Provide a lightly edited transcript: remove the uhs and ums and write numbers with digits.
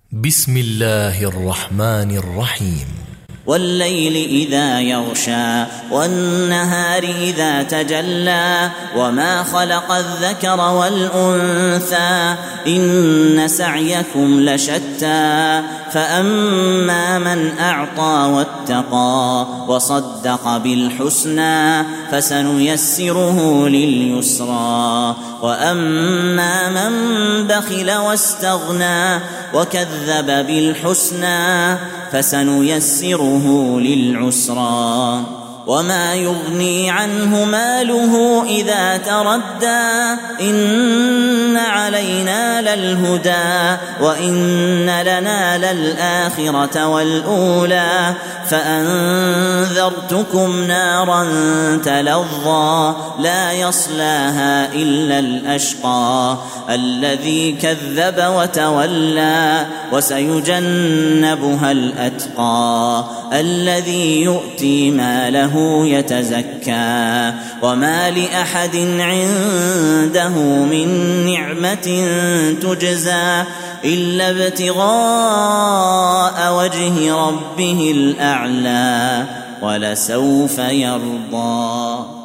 بسم الله الرحمن الرحيم. والليل إذا يغشى والنهار إذا تجلى وما خلق الذكر والأنثى إن سعيكم لشتى فأما من أعطى واتقى وصدق بالحسنى فسنيسره لليسرى وأما من بخل واستغنى وكذب بالحسنى فسنيسره للعسرى وما يغني عنه ماله إذا تردى إن علينا للهدى وإن لنا للآخرة والأولى فأنذرتكم نارا تلظى لا يصلاها إلا الأشقى الذي كذب وتولى وسيجنبها الأتقى الذي يؤتي ماله يتزكى وما لأحد عنده من نعمة تجزى إلا ابتغاء وجه ربه الأعلى ولسوف يرضى.